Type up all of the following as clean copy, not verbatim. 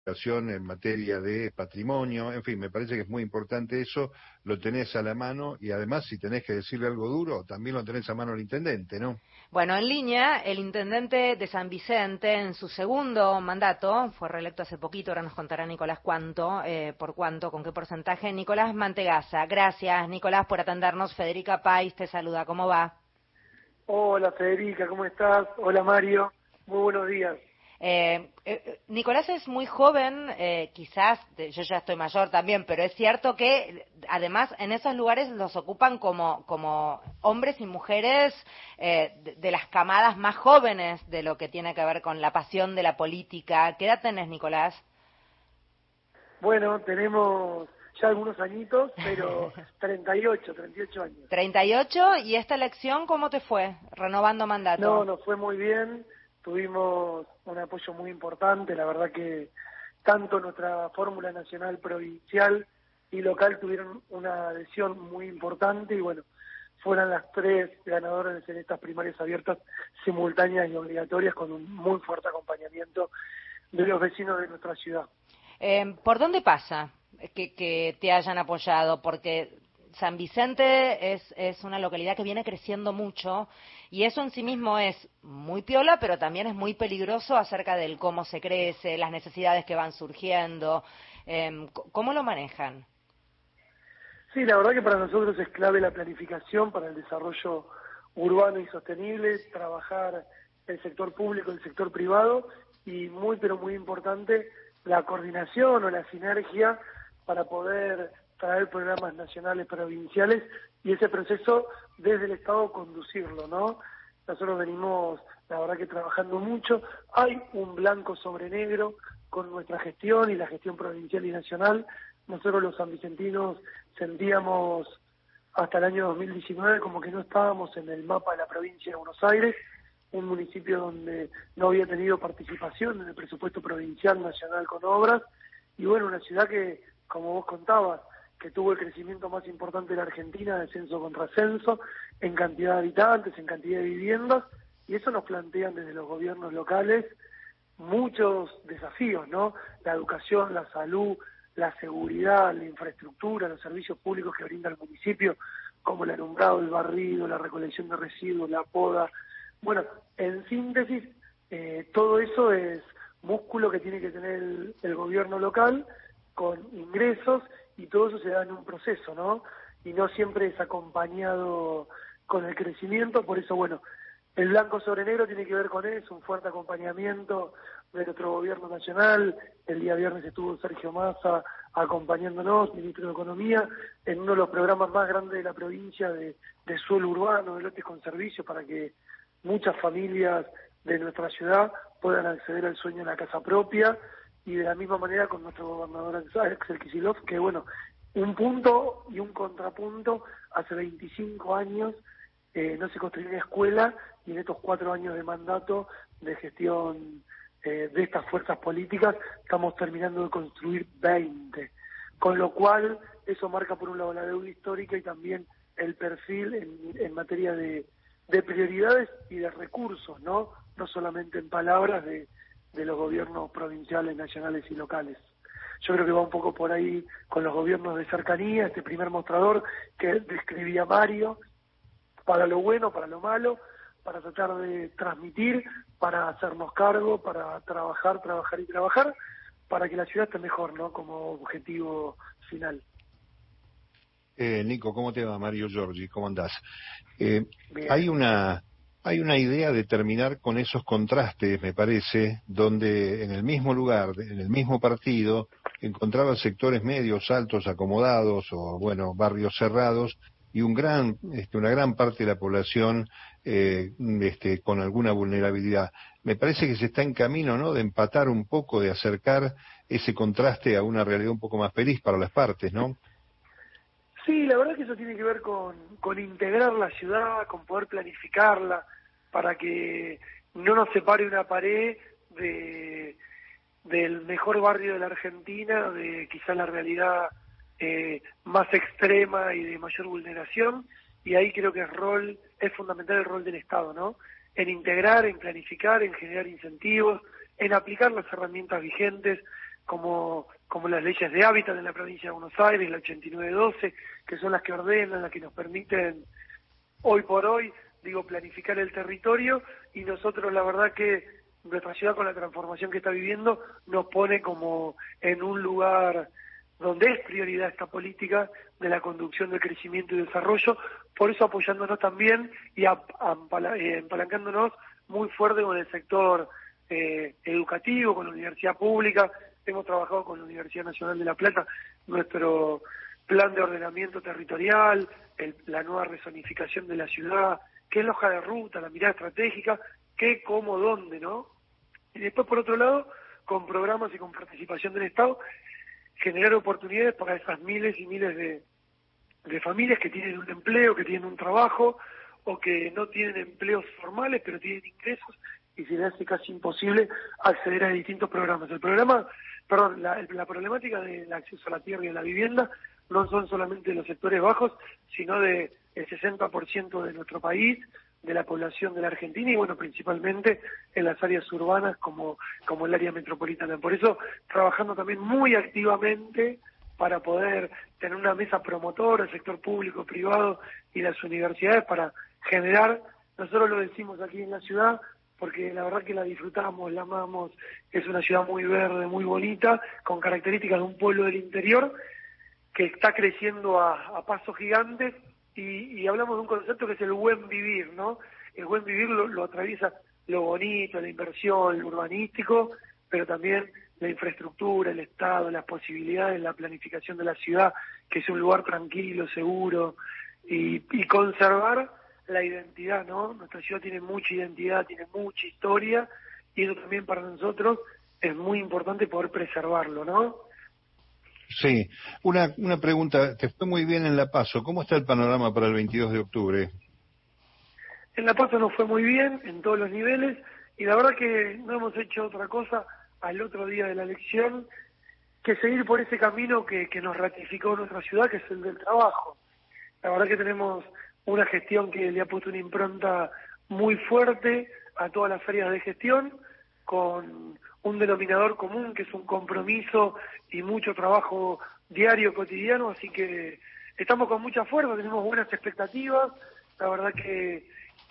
en materia de patrimonio, en fin, me parece que es muy importante eso, lo tenés a la mano y además si tenés que decirle algo duro, también lo tenés a mano el intendente, ¿no? Bueno, en línea, el intendente de San Vicente, en su segundo mandato, fue reelecto hace poquito, ahora nos contará Nicolás por cuánto, con qué porcentaje. Nicolás Mantegazza. Gracias, Nicolás, por atendernos. Federica País te saluda. ¿Cómo va? Hola Federica, ¿cómo estás? Hola Mario, muy buenos días. Nicolás es muy joven, quizás, yo ya estoy mayor también, pero es cierto que además en esos lugares los ocupan como hombres y mujeres de las camadas más jóvenes de lo que tiene que ver con la pasión de la política. ¿Qué edad tenés, Nicolás? Bueno, tenemos ya algunos añitos, pero 38 años. 38, ¿y esta elección cómo te fue? Renovando mandato. No, nos fue muy bien, tuvimos un apoyo muy importante, la verdad que tanto nuestra fórmula nacional, provincial y local tuvieron una adhesión muy importante y bueno, fueron las 3 ganadoras en estas primarias abiertas simultáneas y obligatorias con un muy fuerte acompañamiento de los vecinos de nuestra ciudad. ¿Por dónde pasa que te hayan apoyado? Porque San Vicente es una localidad que viene creciendo mucho y eso en sí mismo es muy piola, pero también es muy peligroso acerca del cómo se crece, las necesidades que van surgiendo. ¿Cómo lo manejan? Sí, la verdad que para nosotros es clave la planificación para el desarrollo urbano y sostenible, trabajar el sector público, el sector privado y muy, pero muy importante la coordinación o la sinergia para poder traer programas nacionales, provinciales y ese proceso desde el Estado conducirlo, ¿no? Nosotros venimos, la verdad que trabajando mucho, hay un blanco sobre negro con nuestra gestión y la gestión provincial y nacional. Nosotros los sanvicentinos sentíamos hasta el año 2019 como que no estábamos en el mapa de la provincia de Buenos Aires, un municipio donde no había tenido participación en el presupuesto provincial nacional con obras, y bueno, una ciudad que, como vos contabas, que tuvo el crecimiento más importante de la Argentina, descenso contra ascenso, en cantidad de habitantes, en cantidad de viviendas, y eso nos plantean desde los gobiernos locales muchos desafíos, ¿no? La educación, la salud, la seguridad, la infraestructura, los servicios públicos que brinda el municipio, como el alumbrado, el barrido, la recolección de residuos, la poda. Bueno, en síntesis, todo eso es músculo que tiene que tener el gobierno local con ingresos y todo eso se da en un proceso, ¿no? Y no siempre es acompañado con el crecimiento, por eso, bueno, el blanco sobre negro tiene que ver con eso, un fuerte acompañamiento de nuestro gobierno nacional. El día viernes estuvo Sergio Massa acompañándonos, ministro de Economía, en uno de los programas más grandes de la provincia de suelo urbano, de lotes con servicio, para que muchas familias de nuestra ciudad puedan acceder al sueño de la casa propia, y de la misma manera con nuestro gobernador Axel Kicillof, que bueno, un punto y un contrapunto, hace 25 años no se construyó una escuela, y en estos 4 años de mandato de gestión de estas fuerzas políticas estamos terminando de construir 20, con lo cual eso marca por un lado la deuda histórica y también el perfil en materia de prioridades y de recursos, no solamente en palabras de los gobiernos provinciales, nacionales y locales. Yo creo que va un poco por ahí con los gobiernos de cercanía, este primer mostrador que describía Mario, para lo bueno, para lo malo, para tratar de transmitir, para hacernos cargo, para trabajar y trabajar, para que la ciudad esté mejor, ¿no? Como objetivo final. Nico, ¿cómo te va? Mario Giorgi, ¿cómo andás? Bien. Hay una idea de terminar con esos contrastes, me parece, donde en el mismo lugar, en el mismo partido, encontraba sectores medios, altos, acomodados, o bueno, barrios cerrados, y una gran parte de la población con alguna vulnerabilidad. Me parece que se está en camino, ¿no?, de empatar un poco, de acercar ese contraste a una realidad un poco más feliz para las partes, ¿no? Sí, la verdad que eso tiene que ver con integrar la ciudad, con poder planificarla, para que no nos separe una pared del mejor barrio de la Argentina, de quizá la realidad más extrema y de mayor vulneración, y ahí creo que es fundamental el rol del Estado, ¿no? En integrar, en planificar, en generar incentivos, en aplicar las herramientas vigentes. como las leyes de hábitat en la provincia de Buenos Aires, la 8912, que son las que ordenan, las que nos permiten hoy por hoy, planificar el territorio, y nosotros la verdad que nuestra ciudad, con la transformación que está viviendo, nos pone como en un lugar donde es prioridad esta política de la conducción del crecimiento y desarrollo, por eso apoyándonos también y empalancándonos muy fuerte con el sector educativo, con la universidad pública. Hemos trabajado con la Universidad Nacional de La Plata, nuestro plan de ordenamiento territorial, la nueva rezonificación de la ciudad, qué es la hoja de ruta, la mirada estratégica, qué, cómo, dónde, ¿no? Y después, por otro lado, con programas y con participación del Estado, generar oportunidades para esas miles y miles de familias que tienen un empleo, que tienen un trabajo, o que no tienen empleos formales, pero tienen ingresos, y se les hace casi imposible acceder a distintos programas. La problemática del acceso a la tierra y a la vivienda no son solamente los sectores bajos, sino de el 60% de nuestro país, de la población de la Argentina, y bueno, principalmente en las áreas urbanas como el área metropolitana. Por eso, trabajando también muy activamente para poder tener una mesa promotora, el sector público, privado y las universidades, para generar, nosotros lo decimos aquí en la ciudad, porque la verdad que la disfrutamos, la amamos, es una ciudad muy verde, muy bonita, con características de un pueblo del interior, que está creciendo a pasos gigantes, y hablamos de un concepto que es el buen vivir, ¿no? El buen vivir lo atraviesa lo bonito, la inversión, lo urbanístico, pero también la infraestructura, el Estado, las posibilidades, la planificación de la ciudad, que es un lugar tranquilo, seguro, y conservar la identidad, ¿no? Nuestra ciudad tiene mucha identidad, tiene mucha historia, y eso también para nosotros es muy importante poder preservarlo, ¿no? Sí, una pregunta, te fue muy bien en La Paso, ¿cómo está el panorama para el 22 de octubre? En La Paso nos fue muy bien, en todos los niveles, y la verdad que no hemos hecho otra cosa al otro día de la elección que seguir por ese camino que nos ratificó nuestra ciudad, que es el del trabajo. La verdad que tenemos una gestión que le ha puesto una impronta muy fuerte a todas las ferias de gestión, con un denominador común que es un compromiso y mucho trabajo diario, cotidiano, así que estamos con mucha fuerza, tenemos buenas expectativas. La verdad que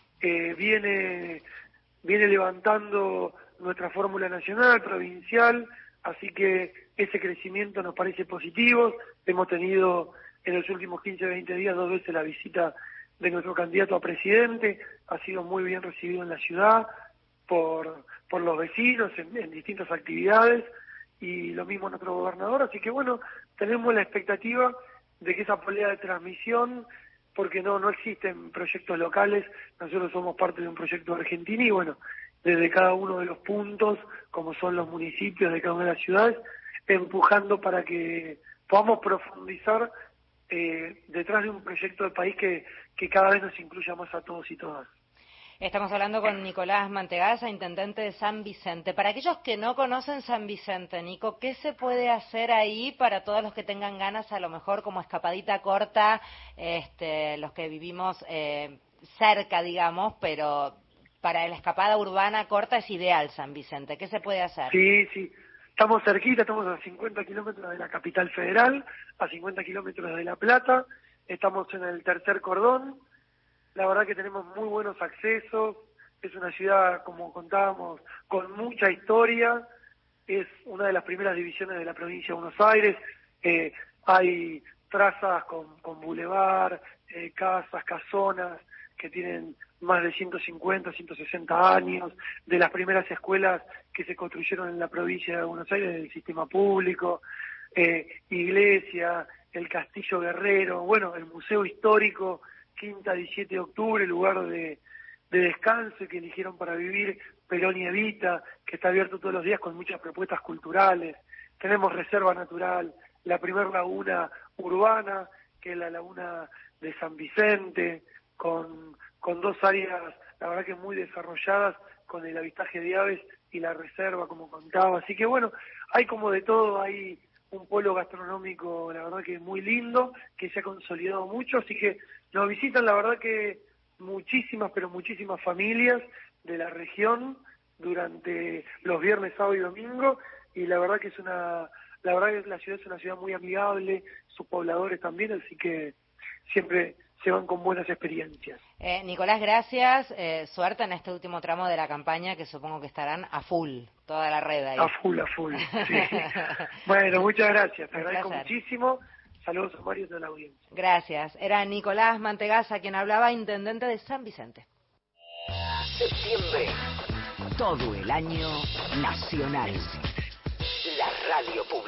viene levantando nuestra fórmula nacional, provincial, así que ese crecimiento nos parece positivo. Hemos tenido en los últimos 15 o 20 días 2 veces la visita de nuestro candidato a presidente, ha sido muy bien recibido en la ciudad por los vecinos en distintas actividades, y lo mismo nuestro gobernador, así que bueno, tenemos la expectativa de que esa polea de transmisión, porque no existen proyectos locales, nosotros somos parte de un proyecto argentino, y bueno, desde cada uno de los puntos, como son los municipios de cada una de las ciudades, empujando para que podamos profundizar detrás de un proyecto de país que cada vez nos incluya más a todos y todas. Estamos hablando con Nicolás Mantegazza, intendente de San Vicente. Para aquellos que no conocen San Vicente, Nico, ¿qué se puede hacer ahí para todos los que tengan ganas, a lo mejor como escapadita corta, los que vivimos cerca, digamos, pero para la escapada urbana corta es ideal San Vicente? ¿Qué se puede hacer? Sí, estamos cerquita, estamos a 50 kilómetros de la capital federal, a 50 kilómetros de La Plata, estamos en el tercer cordón. La verdad que tenemos muy buenos accesos, es una ciudad, como contábamos, con mucha historia, es una de las primeras divisiones de la provincia de Buenos Aires, hay trazas con bulevar, casas, casonas que tienen más de 150, 160 años, de las primeras escuelas que se construyeron en la provincia de Buenos Aires del sistema público, iglesia, el Castillo Guerrero, bueno, el Museo Histórico, Quinta 17 de octubre, lugar de descanso que eligieron para vivir Perón y Evita, que está abierto todos los días con muchas propuestas culturales. Tenemos reserva natural, la primer laguna urbana, que es la laguna de San Vicente, con 2 áreas, la verdad que muy desarrolladas, con el avistaje de aves y la reserva, como contaba. Así que bueno, hay como de todo, hay un pueblo gastronómico, la verdad que muy lindo, que se ha consolidado mucho, así que nos visitan, la verdad que muchísimas, pero muchísimas familias de la región durante los viernes, sábado y domingo, y la verdad que la verdad que la ciudad es una ciudad muy amigable, sus pobladores también, así que siempre se van con buenas experiencias. Nicolás, gracias. Suerte en este último tramo de la campaña, que supongo que estarán a full, toda la red ahí. A full, sí. Bueno, muchas gracias, te agradezco muchísimo. Saludos a Mario y a la audiencia. Gracias. Era Nicolás Mantegazza quien hablaba, intendente de San Vicente. Septiembre, todo el año nacional. La radio pública.